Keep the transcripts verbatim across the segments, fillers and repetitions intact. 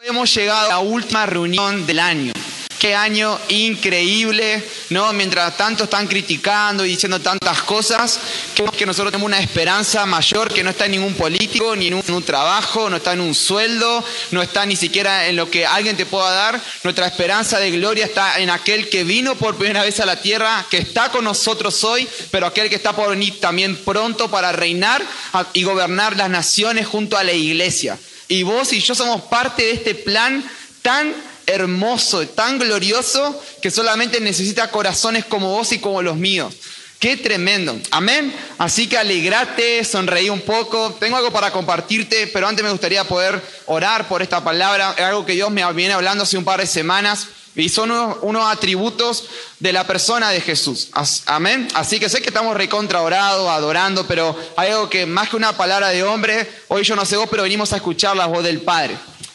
hemos llegado a la última reunión del año. Qué año increíble, ¿no? Mientras tanto están criticando y diciendo tantas cosas, creo que nosotros tenemos una esperanza mayor que no está en ningún político, ni en un, en un trabajo, no está en un sueldo, no está ni siquiera en lo que alguien te pueda dar. Nuestra esperanza de gloria está en aquel que vino por primera vez a la tierra, que está con nosotros hoy, pero aquel que está por venir también pronto para reinar y gobernar las naciones junto a la iglesia. Y vos y yo somos parte de este plan tan hermoso, tan glorioso, que solamente necesita corazones como vos y como los míos. ¡Qué tremendo! Amén. Así que alegrate, sonreí un poco. Tengo algo para compartirte, pero antes me gustaría poder orar por esta palabra. Es algo que Dios me viene hablando hace un par de semanas y son unos, unos atributos de la persona de Jesús. Amén. Así que sé que estamos recontra orado, adorando, pero hay algo que más que una palabra de hombre, hoy yo no sé vos, pero venimos a escuchar la voz del Padre.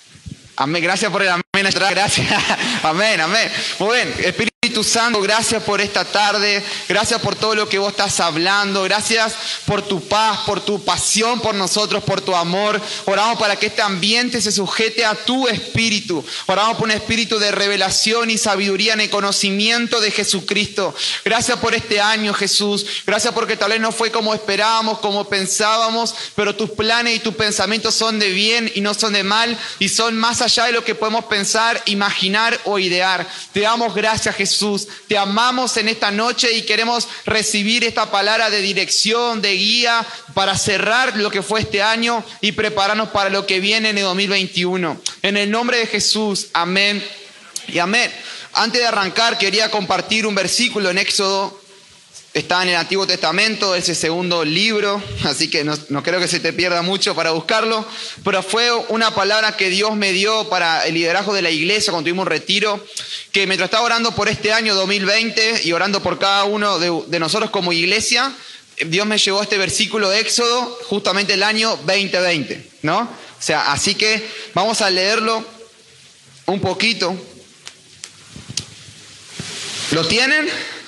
Amén, gracias por el amén, gracias, amén, amén. Muy bien, Espíritu Santo, gracias por esta tarde, gracias por todo lo que vos estás hablando, gracias por tu paz, por tu pasión por nosotros, por tu amor. Oramos para que este ambiente se sujete a tu espíritu, oramos por un espíritu de revelación y sabiduría en el conocimiento de Jesucristo. Gracias por este año, Jesús, gracias porque tal vez no fue como esperábamos, como pensábamos, pero tus planes y tus pensamientos son de bien y no son de mal y son más allá de lo que podemos pensar, imaginar o idear. Te damos gracias, Jesús. Te amamos en esta noche y queremos recibir esta palabra de dirección, de guía, para cerrar lo que fue este año y prepararnos para lo que viene en el dos mil veintiuno. En el nombre de Jesús, amén y amén. Antes de arrancar, quería compartir un versículo en Éxodo. Está en el Antiguo Testamento, ese segundo libro, así que no, no creo que se te pierda mucho para buscarlo, pero fue una palabra que Dios me dio para el liderazgo de la iglesia cuando tuvimos un retiro, que mientras estaba orando por este año dos mil veinte y orando por cada uno de, de nosotros como iglesia, Dios me llevó a este versículo de Éxodo justamente el año veinte veinte, ¿no? O sea, así que vamos a leerlo un poquito. ¿Lo tienen?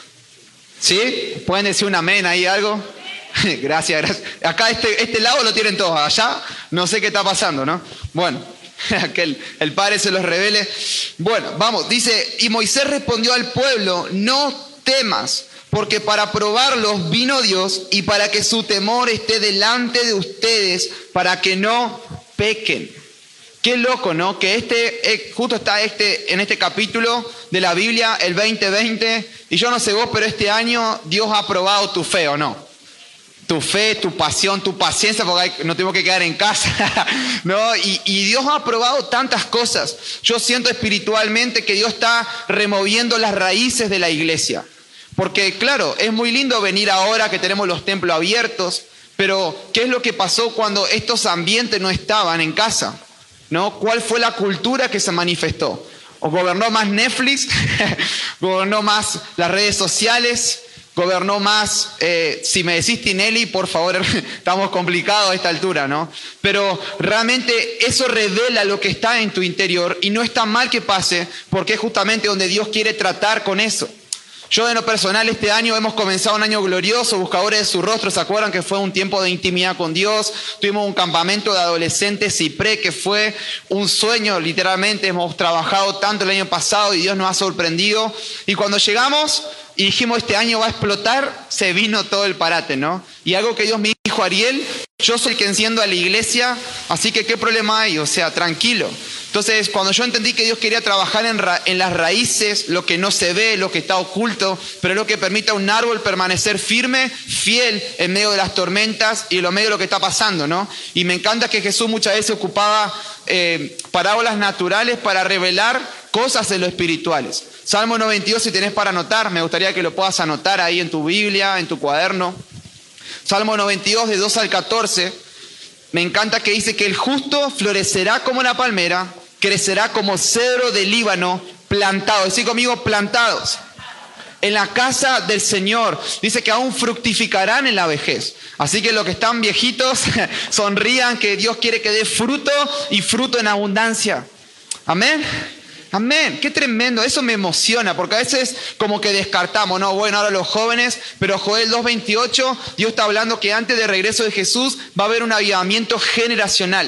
¿Sí? ¿Pueden decir un amén ahí algo? Gracias, gracias. Acá este, este lado lo tienen todos, allá no sé qué está pasando, ¿no? Bueno, que el, el Padre se los revele. Bueno, vamos, dice, y Moisés respondió al pueblo, no temas, porque para probarlos vino Dios y para que su temor esté delante de ustedes, para que no pequen. Qué loco, ¿no? Que este, justo está este, en este capítulo de la Biblia, el veinte veinte, y yo no sé vos, pero este año Dios ha probado tu fe, ¿o no? Tu fe, tu pasión, tu paciencia, porque hay, no tenemos que quedar en casa, ¿no? Y, y Dios ha probado tantas cosas. Yo siento espiritualmente que Dios está removiendo las raíces de la iglesia. Porque, claro, es muy lindo venir ahora que tenemos los templos abiertos, pero ¿qué es lo que pasó cuando estos ambientes no estaban en casa? ¿No? ¿Cuál fue la cultura que se manifestó? ¿O gobernó más Netflix? ¿Gobernó más las redes sociales? ¿Gobernó más, eh, si me decís Tinelli, por favor, estamos complicados a esta altura, ¿no? Pero realmente eso revela lo que está en tu interior y no está mal que pase porque es justamente donde Dios quiere tratar con eso. Yo en lo personal este año hemos comenzado un año glorioso, buscadores de su rostro, ¿se acuerdan que fue un tiempo de intimidad con Dios? Tuvimos un campamento de adolescentes Cipré que fue un sueño, literalmente hemos trabajado tanto el año pasado y Dios nos ha sorprendido. Y cuando llegamos y dijimos este año va a explotar, se vino todo el parate, ¿no? Y algo que Dios me dijo, Ariel, yo soy el que enciendo a la iglesia, así que ¿qué problema hay? O sea, tranquilo. Entonces, cuando yo entendí que Dios quería trabajar en, ra- en las raíces, lo que no se ve, lo que está oculto, pero lo que permite a un árbol permanecer firme, fiel en medio de las tormentas y en lo medio de lo que está pasando, ¿no? Y me encanta que Jesús muchas veces ocupaba eh, parábolas naturales para revelar cosas en lo espirituales. Salmo noventa y dos, si tenés para anotar, me gustaría que lo puedas anotar ahí en tu Biblia, en tu cuaderno. Salmo noventa y dos, de dos al catorce. Me encanta que dice que el justo florecerá como la palmera, crecerá como cedro del Líbano, plantado. Decí conmigo, plantados en la casa del Señor. Dice que aún fructificarán en la vejez. Así que los que están viejitos, sonrían, que Dios quiere que dé fruto y fruto en abundancia. Amén. Amén, qué tremendo, eso me emociona, porque a veces como que descartamos, no, bueno, ahora los jóvenes, pero Joel dos veintiocho, Dios está hablando que antes del regreso de Jesús va a haber un avivamiento generacional.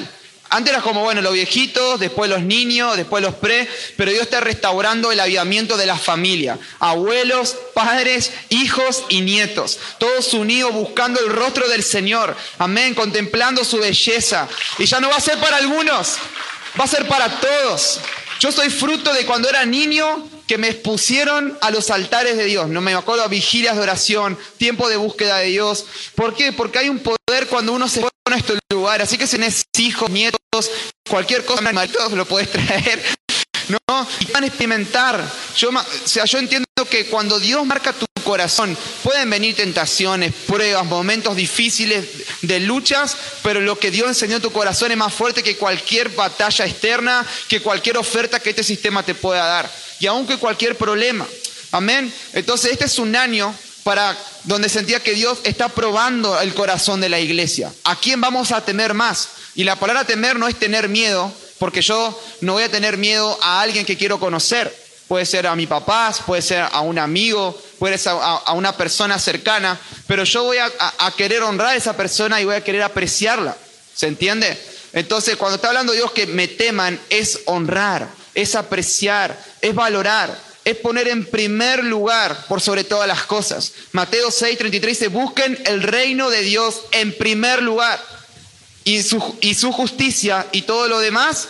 Antes era como, bueno, los viejitos, después los niños, después los pre, pero Dios está restaurando el avivamiento de la familia. Abuelos, padres, hijos y nietos. Todos unidos buscando el rostro del Señor. Amén, contemplando su belleza. Y ya no va a ser para algunos, va a ser para todos. Yo soy fruto de cuando era niño que me expusieron a los altares de Dios. No me acuerdo a vigilias de oración, tiempo de búsqueda de Dios. ¿Por qué? Porque hay un poder cuando uno se pone en estos lugares. Así que si tenés hijos, nietos, cualquier cosa, todos lo podés traer, ¿no? Y van a experimentar. Yo, o sea, yo entiendo que cuando Dios marca tu corazón, pueden venir tentaciones, pruebas, momentos difíciles de luchas, pero lo que Dios enseñó en tu corazón es más fuerte que cualquier batalla externa, que cualquier oferta que este sistema te pueda dar. Y aún que cualquier problema. Amén. Entonces este es un año para donde sentía que Dios está probando el corazón de la iglesia. ¿A quién vamos a temer más? Y la palabra temer no es tener miedo, porque yo no voy a tener miedo a alguien que quiero conocer. Puede ser a mi papá, puede ser a un amigo, puede ser a, a una persona cercana, pero yo voy a, a, a querer honrar a esa persona y voy a querer apreciarla. ¿Se entiende? Entonces, cuando está hablando Dios que me teman, es honrar, es apreciar, es valorar, es poner en primer lugar por sobre todas las cosas. Mateo seis, treinta y tres dice, busquen el reino de Dios en primer lugar y su, y su justicia y todo lo demás.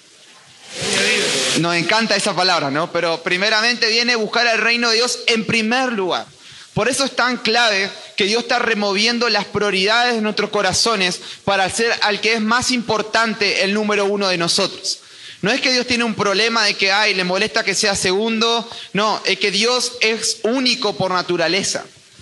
Nos encanta esa palabra, ¿no? Pero primeramente viene buscar el reino de Dios en primer lugar. Por eso es tan clave que Dios está removiendo las prioridades de nuestros corazones para hacer al que es más importante el número uno de nosotros. No es que Dios tiene un problema de que, ay, le molesta que sea segundo. No, es que Dios es único por naturaleza.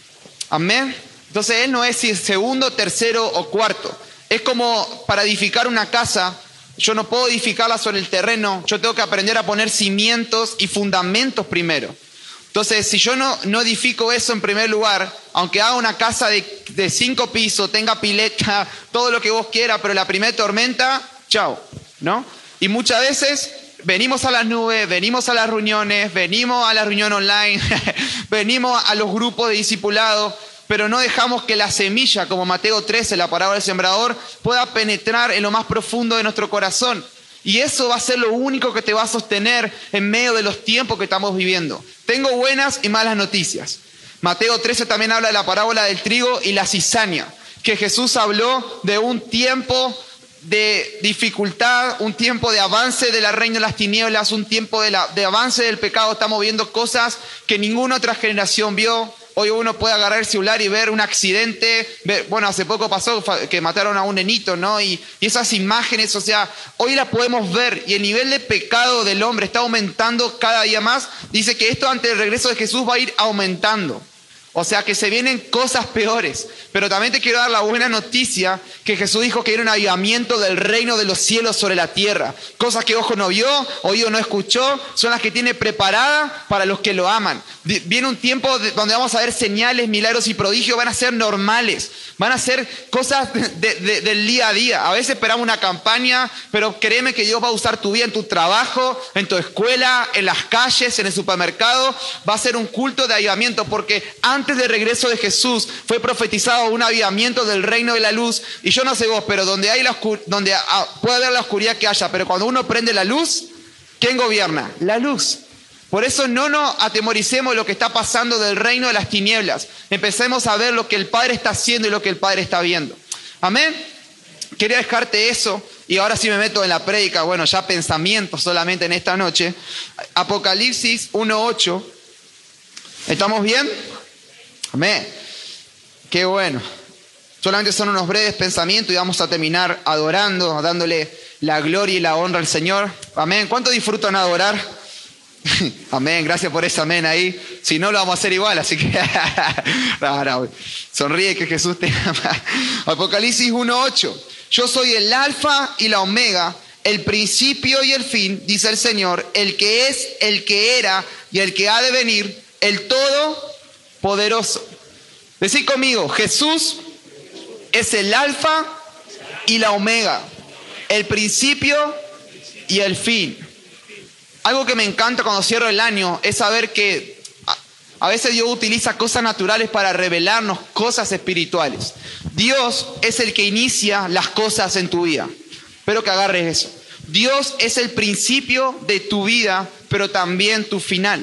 Amén. Entonces Él no es si segundo, tercero o cuarto. Es como para edificar una casa. Yo no puedo edificarla sobre el terreno. Yo tengo que aprender a poner cimientos y fundamentos primero. Entonces, si yo no, no edifico eso en primer lugar, aunque haga una casa de, de cinco pisos, tenga pileta, todo lo que vos quieras, pero la primera tormenta, chao, ¿no? Y muchas veces venimos a las nubes, venimos a las reuniones, venimos a la reunión online, venimos a los grupos de discipulado, pero no dejamos que la semilla, como Mateo trece, la parábola del sembrador, pueda penetrar en lo más profundo de nuestro corazón. Y eso va a ser lo único que te va a sostener en medio de los tiempos que estamos viviendo. Tengo buenas y malas noticias. Mateo trece también habla de la parábola del trigo y la cizaña, que Jesús habló de un tiempo de dificultad, un tiempo de avance de la reina de las tinieblas, un tiempo de, la, de avance del pecado. Estamos viendo cosas que ninguna otra generación vio. Hoy uno puede agarrar el celular y ver un accidente. Ver, bueno, hace poco pasó que mataron a un nenito, ¿no? Y, y esas imágenes, o sea, hoy las podemos ver. Y el nivel de pecado del hombre está aumentando cada día más. Dice que esto ante el regreso de Jesús va a ir aumentando. O sea que se vienen cosas peores. Pero también te quiero dar la buena noticia que Jesús dijo que era un avivamiento del reino de los cielos sobre la tierra. Cosas que ojo no vio, oído no escuchó, son las que tiene preparadas para los que lo aman. Viene un tiempo donde vamos a ver señales, milagros y prodigios, van a ser normales. Van a ser cosas de, de, del día a día. A veces esperamos una campaña, pero créeme que Dios va a usar tu vida en tu trabajo, en tu escuela, en las calles, en el supermercado. Va a ser un culto de avivamiento porque antes Antes del regreso de Jesús fue profetizado un avivamiento del reino de la luz. Y yo no sé vos, pero donde, hay la oscur- donde ah, puede haber la oscuridad que haya, pero cuando uno prende la luz, ¿quién gobierna? La luz. Por eso no nos atemoricemos de lo que está pasando del reino de las tinieblas. Empecemos a ver lo que el Padre está haciendo y lo que el Padre está viendo. Amén. Quería dejarte eso. Y ahora sí me meto en la prédica. Bueno, ya pensamientos solamente en esta noche. Apocalipsis uno ocho. ¿Estamos bien? Amén. Qué bueno. Solamente son unos breves pensamientos y vamos a terminar adorando, dándole la gloria y la honra al Señor. Amén. ¿Cuánto disfrutan adorar? Amén. Gracias por ese amén ahí. Si no, lo vamos a hacer igual, así que no, no. Sonríe que Jesús te ama. Apocalipsis uno ocho. Yo soy el alfa y la omega, el principio y el fin, dice el Señor, el que es, el que era y el que ha de venir, el todo poderoso. Decí conmigo, Jesús es el alfa y la omega, el principio y el fin. Algo que me encanta cuando cierro el año es saber que a, a veces Dios utiliza cosas naturales para revelarnos cosas espirituales. Dios es el que inicia las cosas en tu vida. Espero que agarres eso. Dios es el principio de tu vida, pero también tu final.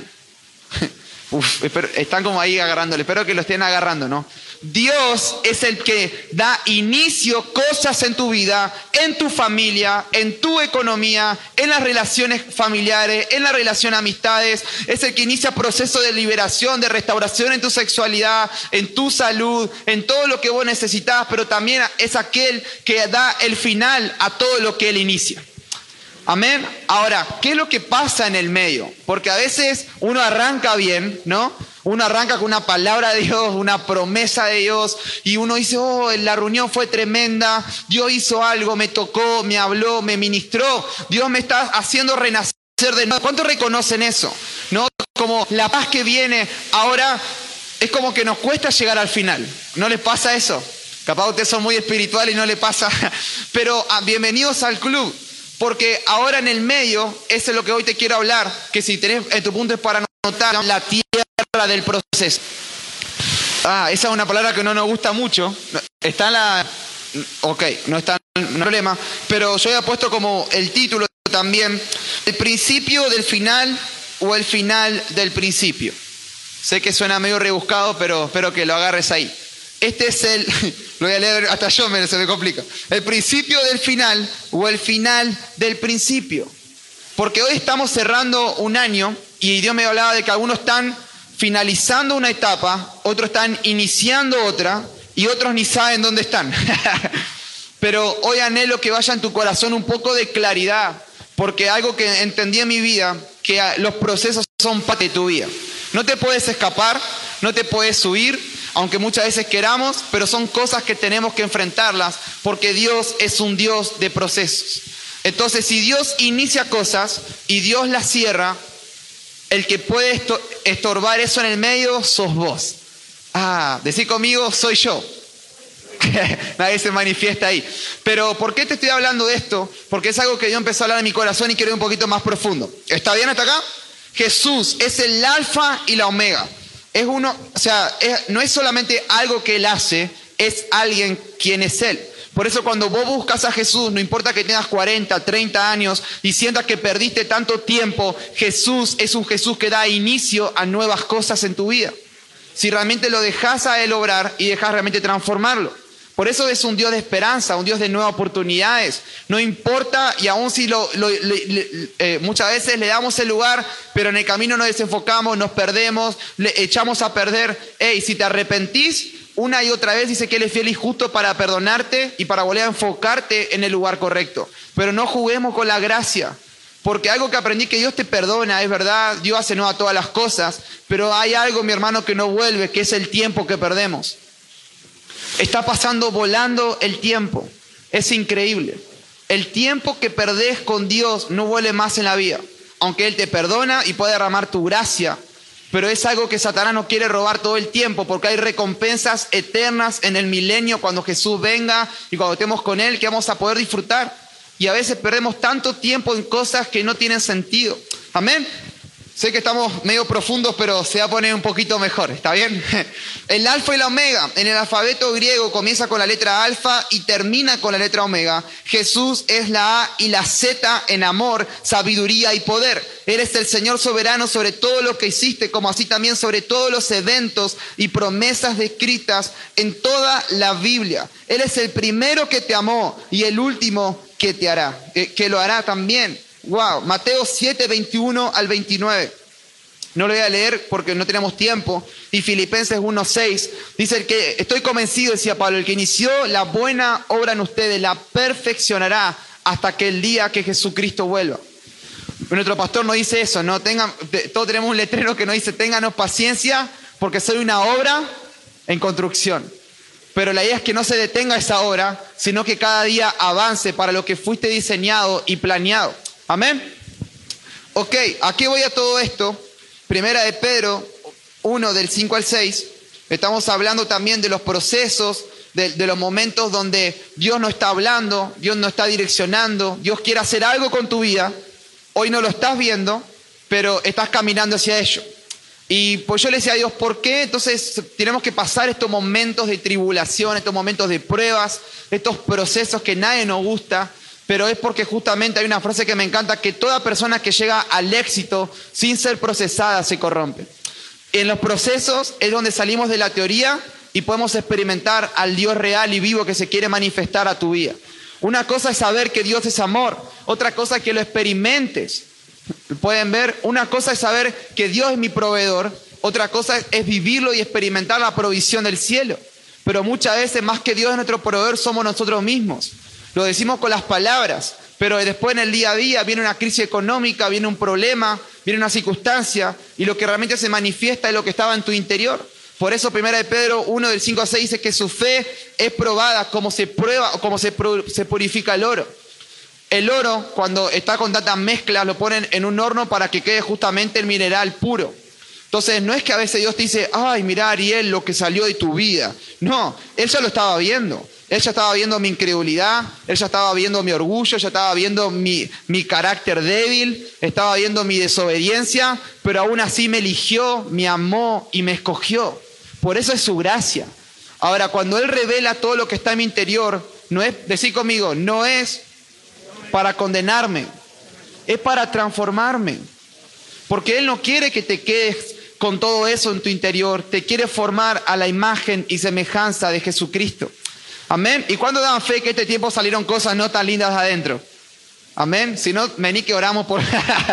Uf, espero, están como ahí agarrándole. Espero que lo estén agarrando, ¿no? Dios es el que da inicio cosas en tu vida, en tu familia, en tu economía, en las relaciones familiares, en la relación amistades. Es el que inicia procesos de liberación, de restauración en tu sexualidad, en tu salud, en todo lo que vos necesitas, pero también es aquel que da el final a todo lo que Él inicia. Amén. Ahora, ¿qué es lo que pasa en el medio? Porque a veces uno arranca bien, ¿no? Uno arranca con una palabra de Dios, una promesa de Dios, y uno dice, oh, la reunión fue tremenda, Dios hizo algo, me tocó, me habló, me ministró, Dios me está haciendo renacer de nuevo. ¿Cuántos reconocen eso? ¿No? Como la paz que viene, ahora es como que nos cuesta llegar al final. ¿No les pasa eso? Capaz ustedes son muy espirituales y no les pasa, pero ah, bienvenidos al club. Porque ahora en el medio, eso es lo que hoy te quiero hablar, que si tenés en tu punto es para anotar la tierra del proceso. Ah, esa es una palabra que no nos gusta mucho. Está en la... Ok, no está en el problema, pero yo había puesto como el título también, el principio del final o el final del principio. Sé que suena medio rebuscado, pero espero que lo agarres ahí. Este es el, lo voy a leer, hasta yo me, se me complica. El principio del final o el final del principio. Porque hoy estamos cerrando un año y Dios me hablaba de que algunos están finalizando una etapa, otros están iniciando otra y otros ni saben dónde están. Pero hoy anhelo que vaya en tu corazón un poco de claridad, porque algo que entendí en mi vida, que los procesos son parte de tu vida. No te puedes escapar, no te puedes huir, aunque muchas veces queramos, pero son cosas que tenemos que enfrentarlas, porque Dios es un Dios de procesos. Entonces, si Dios inicia cosas y Dios las cierra, el que puede estorbar eso en el medio sos vos. Ah, decir conmigo, soy yo. Nadie se manifiesta ahí. Pero ¿por qué te estoy hablando de esto? Porque es algo que Dios empezó a hablar en mi corazón y quiero ir un poquito más profundo. ¿Está bien hasta acá? Jesús es el alfa y la omega. Es uno, o sea, es, no es solamente algo que Él hace, es alguien quien es Él. Por eso cuando vos buscas a Jesús, no importa que tengas cuarenta, treinta años y sientas que perdiste tanto tiempo, Jesús es un Jesús que da inicio a nuevas cosas en tu vida. Si realmente lo dejas a Él obrar y dejas realmente transformarlo. Por eso es un Dios de esperanza, un Dios de nuevas oportunidades. No importa, y aún si lo, lo, le, le, eh, muchas veces le damos el lugar, pero en el camino nos desenfocamos, nos perdemos, le echamos a perder. Hey, si te arrepentís, una y otra vez dice que Él es fiel y justo para perdonarte y para volver a enfocarte en el lugar correcto. Pero no juguemos con la gracia. Porque algo que aprendí que Dios te perdona, es verdad, Dios hace nueva todas las cosas, pero hay algo, mi hermano, que no vuelve, que es el tiempo que perdemos. Está pasando volando el tiempo. Es increíble. El tiempo que perdés con Dios no vuelve más en la vida. Aunque Él te perdona y puede derramar tu gracia. Pero es algo que Satanás no quiere robar todo el tiempo, porque hay recompensas eternas en el milenio cuando Jesús venga y cuando estemos con Él, que vamos a poder disfrutar. Y a veces perdemos tanto tiempo en cosas que no tienen sentido. Amén. Sé que estamos medio profundos, pero se va a poner un poquito mejor, ¿está bien? El alfa y la omega, en el alfabeto griego comienza con la letra alfa y termina con la letra omega. Jesús es la A y la Z en amor, sabiduría y poder. Él es el Señor soberano sobre todo lo que hiciste, como así también sobre todos los eventos y promesas descritas en toda la Biblia. Él es el primero que te amó y el último que te hará, que, que lo hará también. Wow, Mateo siete, veintiuno al veintinueve. No lo voy a leer porque no tenemos tiempo. Y Filipenses uno, seis. Dice el que, estoy convencido, decía Pablo, el que inició la buena obra en ustedes la perfeccionará hasta aquel día que Jesucristo vuelva. Nuestro pastor nos dice eso, ¿no? Tengan, todos tenemos un letrero que nos dice, ténganos paciencia porque soy una obra en construcción. Pero la idea es que no se detenga esa obra, sino que cada día avance para lo que fuiste diseñado y planeado. Amén. Ok, ¿a qué voy a todo esto? Primera de Pedro uno, del cinco al seis. Estamos hablando también de los procesos, de, de los momentos donde Dios no está hablando, Dios no está direccionando, Dios quiere hacer algo con tu vida. Hoy no lo estás viendo, pero estás caminando hacia ello. Y pues yo le decía a Dios, ¿por qué? Entonces tenemos que pasar estos momentos de tribulación, estos momentos de pruebas, estos procesos que nadie nos gusta. pero es porque justamente hay una frase que me encanta, que toda persona que llega al éxito sin ser procesada se corrompe. En los procesos es donde salimos de la teoría y podemos experimentar al Dios real y vivo que se quiere manifestar a tu vida. Una cosa es saber que Dios es amor, otra cosa es que lo experimentes. Pueden ver, una cosa es saber que Dios es mi proveedor, otra cosa es vivirlo y experimentar la provisión del cielo. Pero muchas veces más que Dios es nuestro proveedor somos nosotros mismos. Lo decimos con las palabras, pero después en el día a día viene una crisis económica, viene un problema, viene una circunstancia y lo que realmente se manifiesta es lo que estaba en tu interior. Por eso primera de Pedro uno del cinco al seis dice que su fe es probada como se prueba o como se, se purifica el oro. El oro, cuando está con tantas mezclas, lo ponen en un horno para que quede justamente el mineral puro. Entonces no es que a veces Dios te dice, ay, mira Ariel, lo que salió de tu vida. No, Él ya lo estaba viendo. Él ya estaba viendo mi incredulidad, Él ya estaba viendo mi orgullo, ya estaba viendo mi, mi carácter débil, estaba viendo mi desobediencia, pero aún así me eligió, me amó y me escogió. Por eso es su gracia. Ahora, cuando Él revela todo lo que está en mi interior, no es, decir conmigo, no es para condenarme, es para transformarme. Porque Él no quiere que te quedes con todo eso en tu interior, te quiere formar a la imagen y semejanza de Jesucristo. Amén. ¿Y cuándo dan fe que este tiempo salieron cosas no tan lindas adentro? Amén. Si no, vení que oramos por...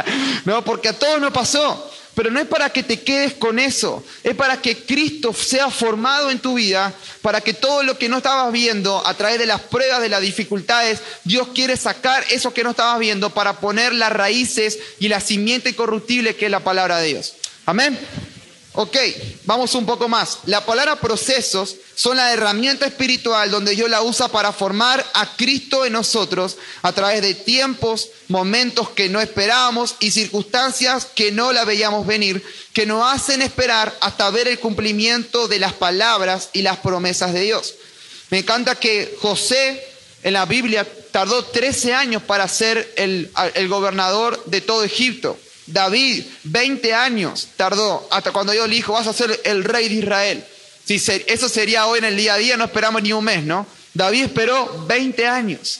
no, porque a todos nos pasó. Pero no es para que te quedes con eso. Es para que Cristo sea formado en tu vida, para que todo lo que no estabas viendo a través de las pruebas, de las dificultades, Dios quiere sacar eso que no estabas viendo para poner las raíces y la simiente incorruptible que es la palabra de Dios. Amén. Ok, vamos un poco más. La palabra procesos son la herramienta espiritual donde Dios la usa para formar a Cristo en nosotros a través de tiempos, momentos que no esperábamos y circunstancias que no la veíamos venir, que nos hacen esperar hasta ver el cumplimiento de las palabras y las promesas de Dios. Me encanta que José en la Biblia tardó trece años para ser el, el gobernador de todo Egipto. David, veinte años tardó hasta cuando Dios le dijo, vas a ser el rey de Israel. Si se, eso sería hoy en el día a día, no esperamos ni un mes, ¿no? David esperó veinte años.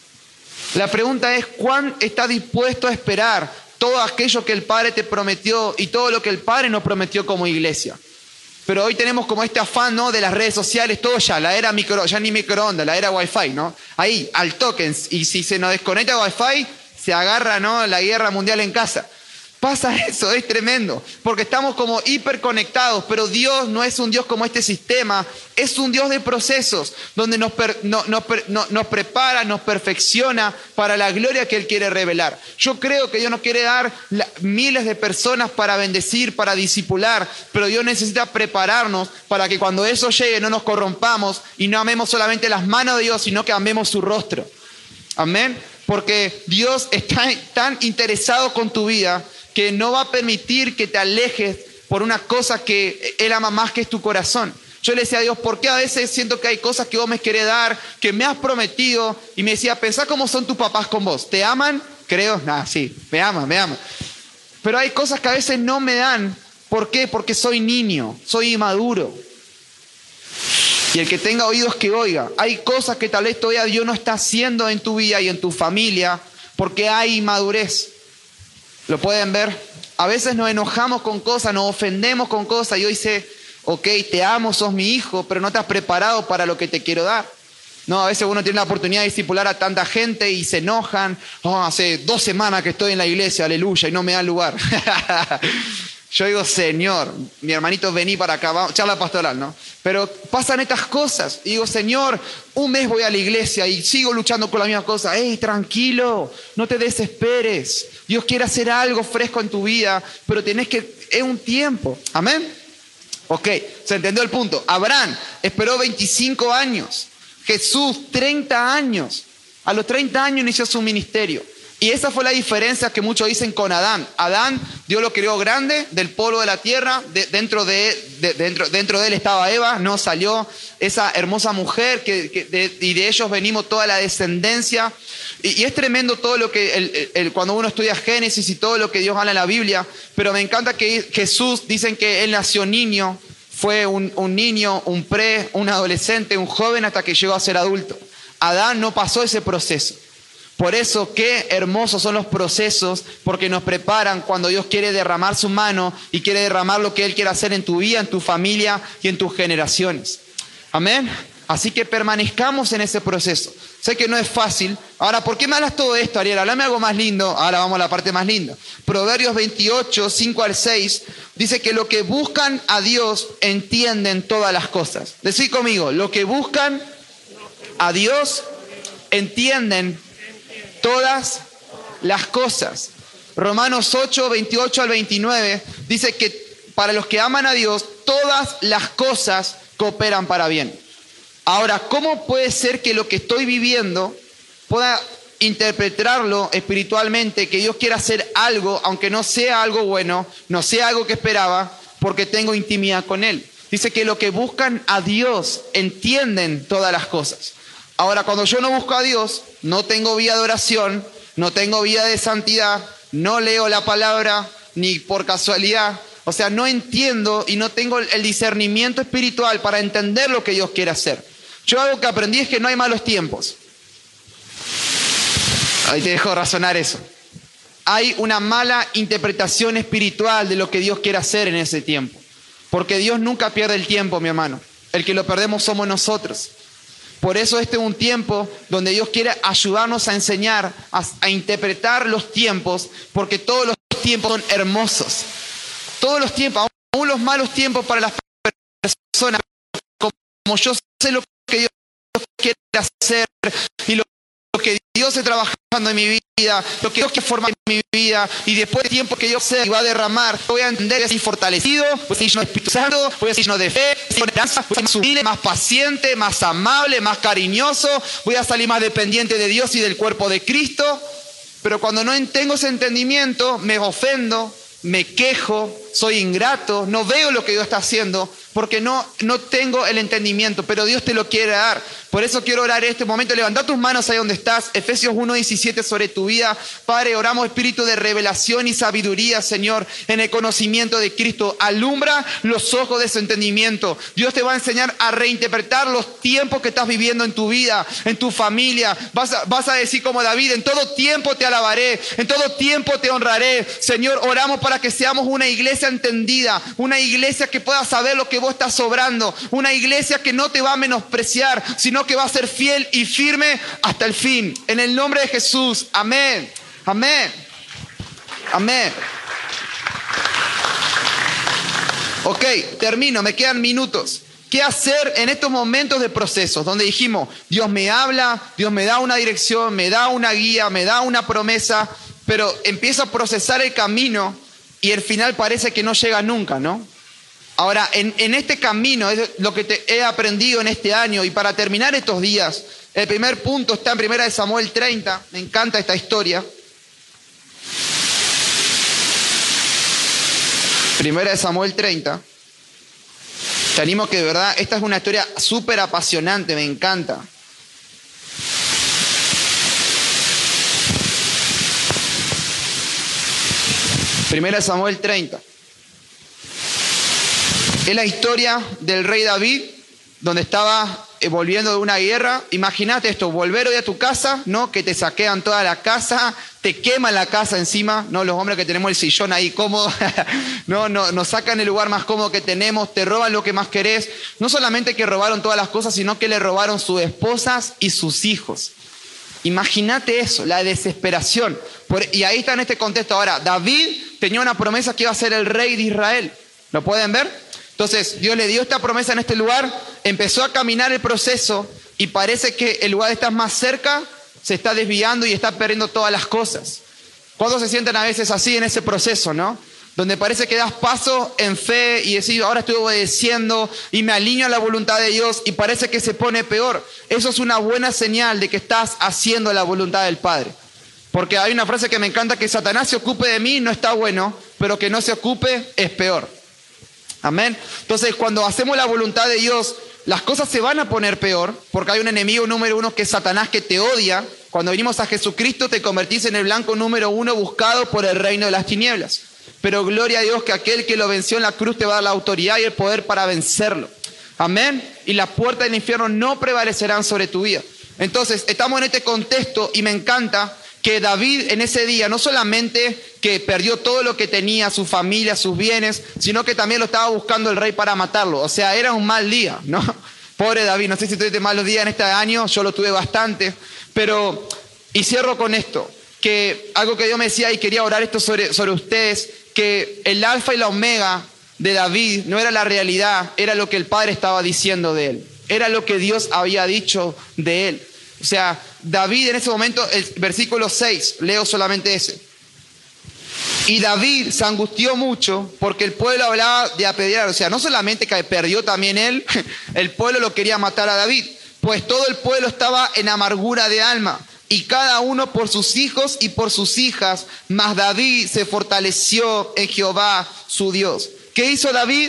La pregunta es, ¿cuán estás dispuesto a esperar todo aquello que el Padre te prometió y todo lo que el Padre nos prometió como iglesia? Pero hoy tenemos como este afán, ¿no? De las redes sociales, todo ya, la era micro, ya ni microondas, la era Wi-Fi, ¿no? Ahí, al toque, y si se nos desconecta Wi-Fi, se agarra, ¿no? La guerra mundial en casa. Pasa eso, es tremendo, porque estamos como hiperconectados, pero Dios no es un Dios como este sistema, es un Dios de procesos, donde nos, per, no, no, no, nos prepara, nos perfecciona para la gloria que Él quiere revelar. Yo creo que Dios nos quiere dar la, miles de personas para bendecir, para discipular, pero Dios necesita prepararnos para que cuando eso llegue no nos corrompamos y no amemos solamente las manos de Dios, sino que amemos su rostro. Amén. Porque Dios está tan interesado con tu vida que no va a permitir que te alejes por una cosa que Él ama más, que es tu corazón. Yo le decía a Dios, ¿por qué a veces siento que hay cosas que vos me querés dar, que me has prometido? Y me decía, pensá cómo son tus papás con vos. ¿Te aman? Creo, nada, sí, me aman, me aman. Pero hay cosas que a veces no me dan. ¿Por qué? Porque soy niño, soy inmaduro. Y el que tenga oídos que oiga. Hay cosas que tal vez todavía Dios no está haciendo en tu vida y en tu familia porque hay inmadurez. ¿Lo pueden ver? A veces nos enojamos con cosas, nos ofendemos con cosas y yo dice, ok, te amo, sos mi hijo, pero no te has preparado para lo que te quiero dar. No, a veces uno tiene la oportunidad de discipular a tanta gente y se enojan. Oh, hace dos semanas que estoy en la iglesia, aleluya, y no me dan lugar. Yo digo, Señor, mi hermanito, vení para acá, vamos, charla pastoral, ¿no? Pero pasan estas cosas. Y digo, Señor, un mes voy a la iglesia y sigo luchando con la misma cosa. ¡Ey, tranquilo! No te desesperes. Dios quiere hacer algo fresco en tu vida, pero tenés que... Es un tiempo. ¿Amén? Ok, se entendió el punto. Abraham esperó veinticinco años. Jesús, treinta años. A los treinta años inició su ministerio. Y esa fue la diferencia que muchos dicen con Adán. Adán, Dios lo creó grande, del polvo de la tierra, de, dentro, de, de, dentro, dentro de él estaba Eva, no salió esa hermosa mujer, que, que de, y de ellos venimos toda la descendencia. Y, y es tremendo todo lo que, el, el, el, cuando uno estudia Génesis y todo lo que Dios habla en la Biblia, pero me encanta que Jesús, dicen que él nació niño, fue un, un niño, un pre, un adolescente, un joven hasta que llegó a ser adulto. Adán no pasó ese proceso. Por eso, qué hermosos son los procesos, porque nos preparan cuando Dios quiere derramar su mano y quiere derramar lo que Él quiere hacer en tu vida, en tu familia y en tus generaciones. Amén. Así que permanezcamos en ese proceso. Sé que no es fácil. Ahora, ¿por qué me hablas todo esto, Ariel? Háblame algo más lindo. Ahora vamos a la parte más linda. Proverbios veintiocho, cinco al seis, dice que lo que buscan a Dios entienden todas las cosas. Decí conmigo, lo que buscan a Dios entienden todas las cosas. Romanos ocho, veintiocho al veintinueve dice que para los que aman a Dios, todas las cosas cooperan para bien. Ahora, ¿cómo puede ser que lo que estoy viviendo pueda interpretarlo espiritualmente, que Dios quiera hacer algo, aunque no sea algo bueno, no sea algo que esperaba, porque tengo intimidad con Él? Dice que lo que buscan a Dios entienden todas las cosas. Ahora, cuando yo no busco a Dios, no tengo vida de oración, no tengo vida de santidad, no leo la palabra ni por casualidad. O sea, no entiendo y no tengo el discernimiento espiritual para entender lo que Dios quiere hacer. Yo algo que aprendí es que no hay malos tiempos. Ahí te dejo razonar eso. Hay una mala interpretación espiritual de lo que Dios quiere hacer en ese tiempo. Porque Dios nunca pierde el tiempo, mi hermano. El que lo perdemos somos nosotros. Por eso este es un tiempo donde Dios quiere ayudarnos a enseñar, a, a interpretar los tiempos, porque todos los tiempos son hermosos. Todos los tiempos, aún los malos tiempos para las personas, como yo sé lo que Dios quiere hacer y lo que Dios está trabajando en mi vida, lo que Dios quiere formar en mi vida, y después del tiempo que yo sé que va a derramar, voy a entender, voy a ser fortalecido, voy a ser lleno de Espíritu Santo, voy a ser lleno de fe, voy a ser más humilde, más paciente, más amable, más cariñoso, voy a salir más dependiente de Dios y del cuerpo de Cristo. Pero cuando no tengo ese entendimiento, me ofendo, me quejo, soy ingrato, no veo lo que Dios está haciendo, porque no, no tengo el entendimiento, pero Dios te lo quiere dar. Por eso quiero orar en este momento. Levanta tus manos ahí donde estás. Efesios uno diecisiete sobre tu vida. Padre, oramos espíritu de revelación y sabiduría, Señor, en el conocimiento de Cristo. Alumbra los ojos de su entendimiento. Dios te va a enseñar a reinterpretar los tiempos que estás viviendo en tu vida, en tu familia. Vas a, vas a decir como David, en todo tiempo te alabaré, en todo tiempo te honraré. Señor, oramos para que seamos una iglesia entendida, una iglesia que pueda saber lo que vos estás obrando, una iglesia que no te va a menospreciar, sino que va a ser fiel y firme hasta el fin. En el nombre de Jesús. Amén. Amén. Amén. Ok, termino. Me quedan minutos. ¿Qué hacer en estos momentos de procesos donde dijimos, Dios me habla, Dios me da una dirección, me da una guía, me da una promesa, pero empiezo a procesar el camino y el final parece que no llega nunca, ¿no? Ahora, en, en este camino, es lo que te he aprendido en este año, y para terminar estos días, el primer punto está en primera de Samuel treinta, me encanta esta historia. primera de Samuel treinta. Te animo que de verdad, esta es una historia súper apasionante, me encanta. primera de Samuel treinta. Es la historia del rey David, donde estaba volviendo de una guerra. Imagínate esto, volver hoy a tu casa, ¿no? Que te saquean toda la casa, te queman la casa encima, ¿no? Los hombres que tenemos el sillón ahí cómodo, no, no, nos sacan el lugar más cómodo que tenemos, te roban lo que más querés. No solamente que robaron todas las cosas, sino que le robaron sus esposas y sus hijos. Imagínate eso, la desesperación. Por, y ahí está en este contexto. Ahora, David tenía una promesa que iba a ser el rey de Israel. ¿Lo pueden ver? Entonces, Dios le dio esta promesa en este lugar, empezó a caminar el proceso y parece que el lugar está más cerca, se está desviando y está perdiendo todas las cosas. ¿Cuántos se sienten a veces así en ese proceso, no? Donde parece que das paso en fe y decís, ahora estoy obedeciendo y me alineo a la voluntad de Dios, y parece que se pone peor. Eso es una buena señal de que estás haciendo la voluntad del Padre. Porque hay una frase que me encanta, que Satanás se ocupe de mí no está bueno, pero que no se ocupe es peor. Amén. Entonces, cuando hacemos la voluntad de Dios, las cosas se van a poner peor, porque hay un enemigo número uno que es Satanás, que te odia. Cuando venimos a Jesucristo, te convertís en el blanco número uno buscado por el reino de las tinieblas. Pero gloria a Dios que aquel que lo venció en la cruz te va a dar la autoridad y el poder para vencerlo. Amén. Y las puertas del infierno no prevalecerán sobre tu vida. Entonces, estamos en este contexto y me encanta que David en ese día no solamente que perdió todo lo que tenía, su familia, sus bienes, sino que también lo estaba buscando el rey para matarlo. O sea, era un mal día, ¿no? Pobre David, no sé si tuviste malos días en este año, yo lo tuve bastante, pero, y cierro con esto, que algo que Dios me decía y quería orar esto sobre, sobre ustedes, que el alfa y la omega de David no era la realidad, era lo que el Padre estaba diciendo de él, era lo que Dios había dicho de él. O sea, David en ese momento, el versículo seis, leo solamente ese. Y David se angustió mucho porque el pueblo hablaba de apedrear. O sea, no solamente que perdió también él, el pueblo lo quería matar a David. Pues todo el pueblo estaba en amargura de alma, y cada uno por sus hijos y por sus hijas. Mas David se fortaleció en Jehová su Dios. ¿Qué hizo David?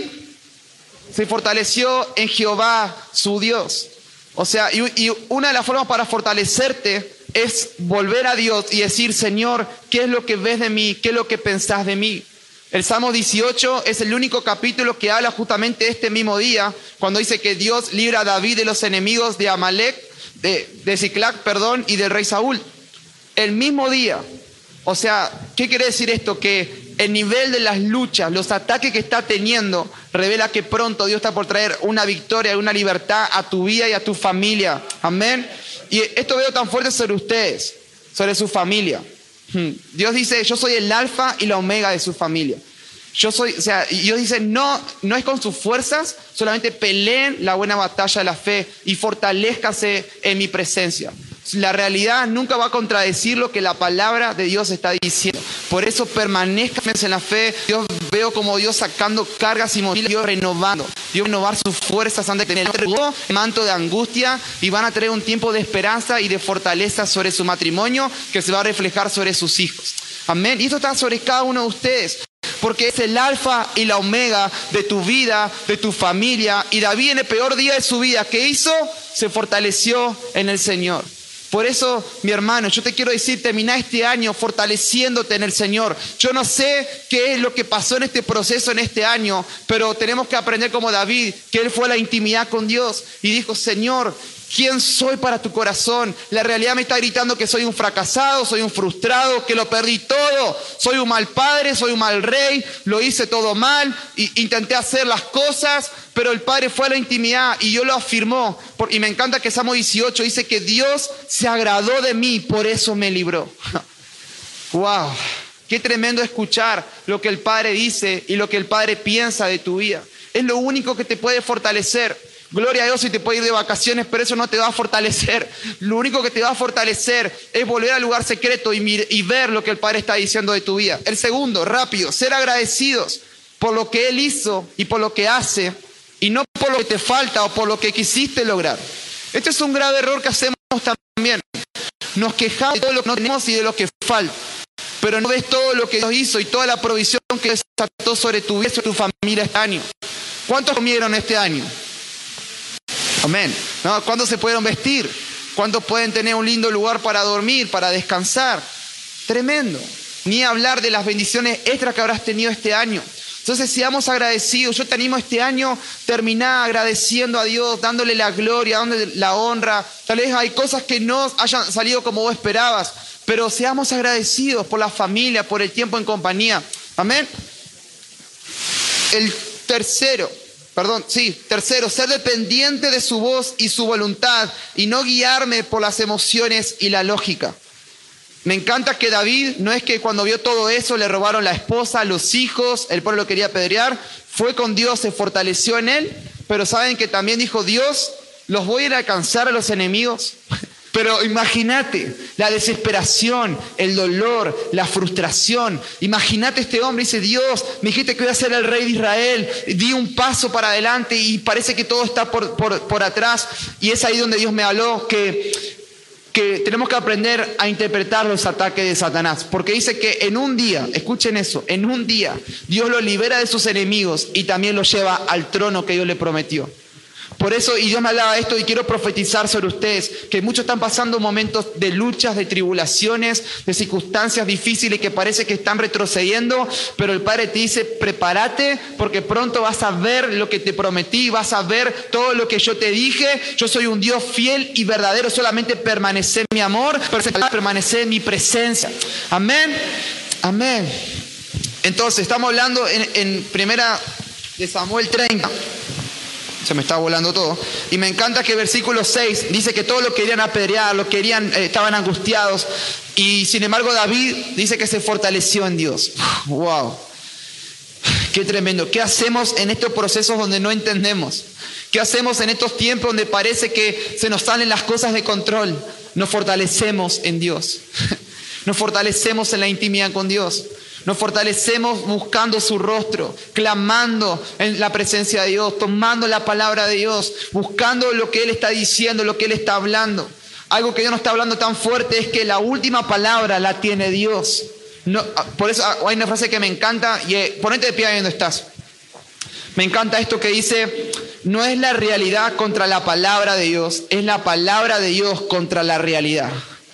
Se fortaleció en Jehová su Dios. O sea, y, y una de las formas para fortalecerte es volver a Dios y decir, Señor, ¿qué es lo que ves de mí? ¿Qué es lo que pensás de mí? El Salmo dieciocho es el único capítulo que habla justamente de este mismo día, cuando dice que Dios libra a David de los enemigos de Amalek, de, de Siclac, perdón, y del rey Saúl. El mismo día. O sea, ¿qué quiere decir esto? Que el nivel de las luchas, los ataques que está teniendo, revela que pronto Dios está por traer una victoria, una libertad a tu vida y a tu familia. Amén. Y esto veo tan fuerte sobre ustedes, sobre su familia. Dios dice, yo soy el alfa y la omega de su familia. Yo soy, o sea, y Dios dice, no, no es con sus fuerzas, solamente peleen la buena batalla de la fe y fortalézcase en mi presencia. La realidad nunca va a contradecir lo que la palabra de Dios está diciendo. Por eso permanezcan en la fe. Dios, veo como Dios sacando cargas y mochilas, Dios renovando, Dios renovar sus fuerzas antes de tener el manto de angustia, y van a tener un tiempo de esperanza y de fortaleza sobre su matrimonio que se va a reflejar sobre sus hijos. Amén. Y esto está sobre cada uno de ustedes, porque es el alfa y la omega de tu vida, de tu familia. Y David en el peor día de su vida, ¿qué hizo? Se fortaleció en el Señor. Por eso, mi hermano, yo te quiero decir, termina este año fortaleciéndote en el Señor. Yo no sé qué es lo que pasó en este proceso, en este año, pero tenemos que aprender como David, que él fue a la intimidad con Dios y dijo, Señor, ¿quién soy para tu corazón? La realidad me está gritando que soy un fracasado, soy un frustrado, que lo perdí todo. Soy un mal padre, soy un mal rey, lo hice todo mal, y intenté hacer las cosas, pero el Padre fue a la intimidad y Dios lo afirmó. Y me encanta que Salmo dieciocho dice que Dios se agradó de mí, por eso me libró. ¡Wow! Qué tremendo escuchar lo que el Padre dice y lo que el Padre piensa de tu vida. Es lo único que te puede fortalecer. Gloria a Dios si te puede ir de vacaciones, pero eso no te va a fortalecer. Lo único que te va a fortalecer es volver al lugar secreto y, mir- y ver lo que el Padre está diciendo de tu vida. El segundo, rápido, ser agradecidos por lo que Él hizo y por lo que hace, y no por lo que te falta o por lo que quisiste lograr. Este es un grave error que hacemos también. Nos quejamos de todo lo que no tenemos y de lo que falta, pero no ves todo lo que Dios hizo y toda la provisión que desató sobre tu vida y sobre tu familia este año. ¿Cuántos comieron este año? Amén. ¿No? ¿Cuántos se pudieron vestir? ¿Cuántos pueden tener un lindo lugar para dormir, para descansar? Tremendo. Ni hablar de las bendiciones extras que habrás tenido este año. Entonces, seamos agradecidos. Yo te animo este año, terminá agradeciendo a Dios, dándole la gloria, dándole la honra. Tal vez hay cosas que no hayan salido como vos esperabas, pero seamos agradecidos por la familia, por el tiempo en compañía. Amén. El tercero. Perdón, sí, tercero, ser dependiente de su voz y su voluntad y no guiarme por las emociones y la lógica. Me encanta que David, no es que cuando vio todo eso le robaron la esposa, los hijos, el pueblo lo quería apedrear, fue con Dios, se fortaleció en él, pero saben que también dijo, Dios, ¿los voy a ir a alcanzar a los enemigos? Pero imagínate la desesperación, el dolor, la frustración. Imagínate este hombre, dice, Dios, me dijiste que voy a ser el rey de Israel. Di un paso para adelante y parece que todo está por, por, por atrás. Y es ahí donde Dios me habló que, que tenemos que aprender a interpretar los ataques de Satanás. Porque dice que en un día, escuchen eso, en un día Dios lo libera de sus enemigos y también lo lleva al trono que Dios le prometió. Por eso, y Dios me hablaba de esto y quiero profetizar sobre ustedes, que muchos están pasando momentos de luchas, de tribulaciones, de circunstancias difíciles que parece que están retrocediendo, pero el Padre te dice, prepárate porque pronto vas a ver lo que te prometí, vas a ver todo lo que yo te dije. Yo soy un Dios fiel y verdadero, solamente permanecer en mi amor, permanecer en mi presencia. Amén, amén. Entonces, estamos hablando en, en primera de Samuel treinta. Se me está volando todo. Y me encanta que el versículo seis dice que todos lo querían apedrear, lo querían, eh, estaban angustiados. Y sin embargo David dice que se fortaleció en Dios. ¡Wow! ¡Qué tremendo! ¿Qué hacemos en estos procesos donde no entendemos? ¿Qué hacemos en estos tiempos donde parece que se nos salen las cosas de control? Nos fortalecemos en Dios. Nos fortalecemos en la intimidad con Dios. Nos fortalecemos buscando su rostro, clamando en la presencia de Dios, tomando la palabra de Dios, buscando lo que Él está diciendo, lo que Él está hablando. Algo que Dios no está hablando tan fuerte es que la última palabra la tiene Dios. No, por eso hay una frase que me encanta, y eh, ponete de pie ahí donde estás. Me encanta esto que dice, no es la realidad contra la palabra de Dios, es la palabra de Dios contra la realidad.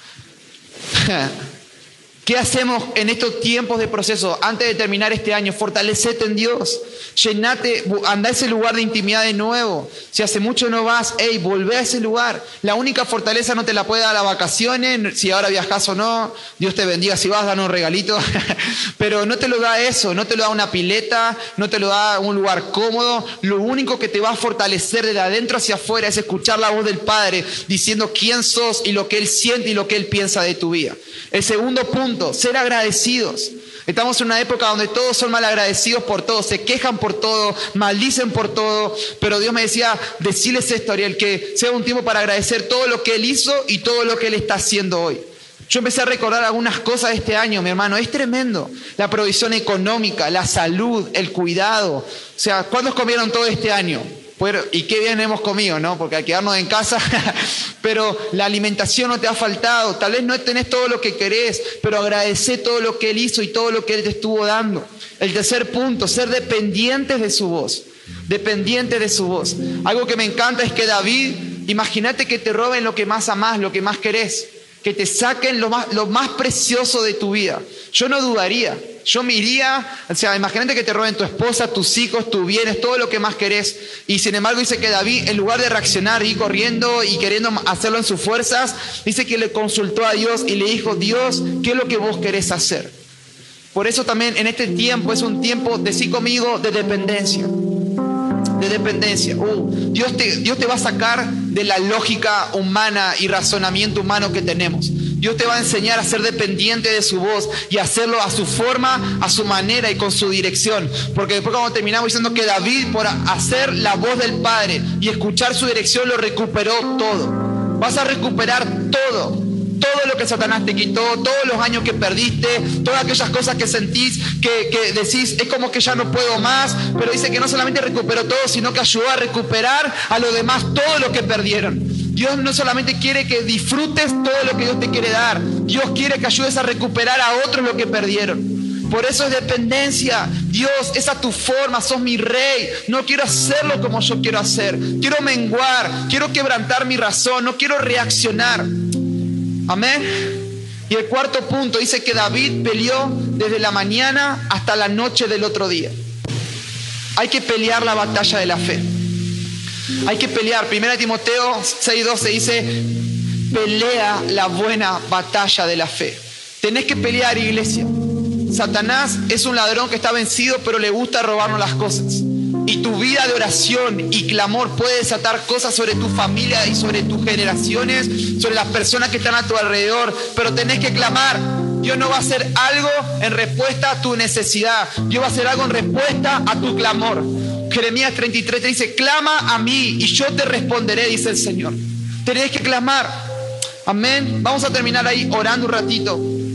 ¿Qué hacemos en estos tiempos de proceso? Antes de terminar este año, fortalecete en Dios. Llenate, anda a ese lugar de intimidad de nuevo. Si hace mucho no vas, hey, volvé a ese lugar. La única fortaleza no te la puede dar las vacaciones, si ahora viajas o no. Dios te bendiga si vas, dan un regalito. Pero no te lo da eso, no te lo da una pileta, no te lo da un lugar cómodo. Lo único que te va a fortalecer desde adentro hacia afuera es escuchar la voz del Padre diciendo quién sos y lo que Él siente y lo que Él piensa de tu vida. El segundo punto, ser agradecidos. Estamos en una época donde todos son malagradecidos por todo, se quejan por todo, maldicen por todo, pero Dios me decía, decirles esto, Ariel, que sea un tiempo para agradecer todo lo que Él hizo y todo lo que Él está haciendo hoy. Yo empecé a recordar algunas cosas de este año, mi hermano, es tremendo. La provisión económica, la salud, el cuidado. O sea, ¿cuántos comieron todo este año? Y qué bien hemos comido, ¿no? Porque al quedarnos en casa, pero la alimentación no te ha faltado. Tal vez no tenés todo lo que querés, pero agradecé todo lo que Él hizo y todo lo que Él te estuvo dando. El tercer punto, ser dependientes de su voz. Dependientes de su voz. Algo que me encanta es que David, imagínate que te roben lo que más amás, lo que más querés. Que te saquen lo más, lo más precioso de tu vida. Yo no dudaría. Yo me iría, o sea, imagínate que te roben tu esposa, tus hijos, tus bienes, todo lo que más querés. Y sin embargo dice que David, en lugar de reaccionar, ir corriendo y queriendo hacerlo en sus fuerzas, dice que le consultó a Dios y le dijo, Dios, ¿qué es lo que vos querés hacer? Por eso también en este tiempo es un tiempo, decí conmigo, de dependencia. De dependencia. Uh, Dios te, Dios te va a sacar de la lógica humana y razonamiento humano que tenemos. Dios te va a enseñar a ser dependiente de su voz y hacerlo a su forma, a su manera y con su dirección. Porque después cuando terminamos diciendo que David, por hacer la voz del Padre y escuchar su dirección, lo recuperó todo. Vas a recuperar todo. Todo lo que Satanás te quitó, todos los años que perdiste, todas aquellas cosas que sentís, que, que decís, es como que ya no puedo más. Pero dice que no solamente recuperó todo, sino que ayudó a recuperar a los demás todo lo que perdieron. Dios no solamente quiere que disfrutes todo lo que Dios te quiere dar. Dios quiere que ayudes a recuperar a otros lo que perdieron. Por eso es dependencia. Dios, esa es tu forma, sos mi rey. No quiero hacerlo como yo quiero hacer. Quiero menguar, quiero quebrantar mi razón, no quiero reaccionar. Amén. Y el cuarto punto dice que David peleó desde la mañana hasta la noche del otro día. Hay que pelear la batalla de la fe. Hay que pelear. Primera Timoteo seis doce dice, pelea la buena batalla de la fe. Tenés que pelear, iglesia. Satanás es un ladrón que está vencido, pero le gusta robarnos las cosas. Y tu vida de oración y clamor puede desatar cosas sobre tu familia y sobre tus generaciones, sobre las personas que están a tu alrededor. Pero tenés que clamar. Dios no va a hacer algo en respuesta a tu necesidad. Dios va a hacer algo en respuesta a tu clamor. Jeremías treinta y tres te dice, clama a mí y yo te responderé, dice el Señor. Tenés que clamar. Amén. Vamos a terminar ahí orando un ratito.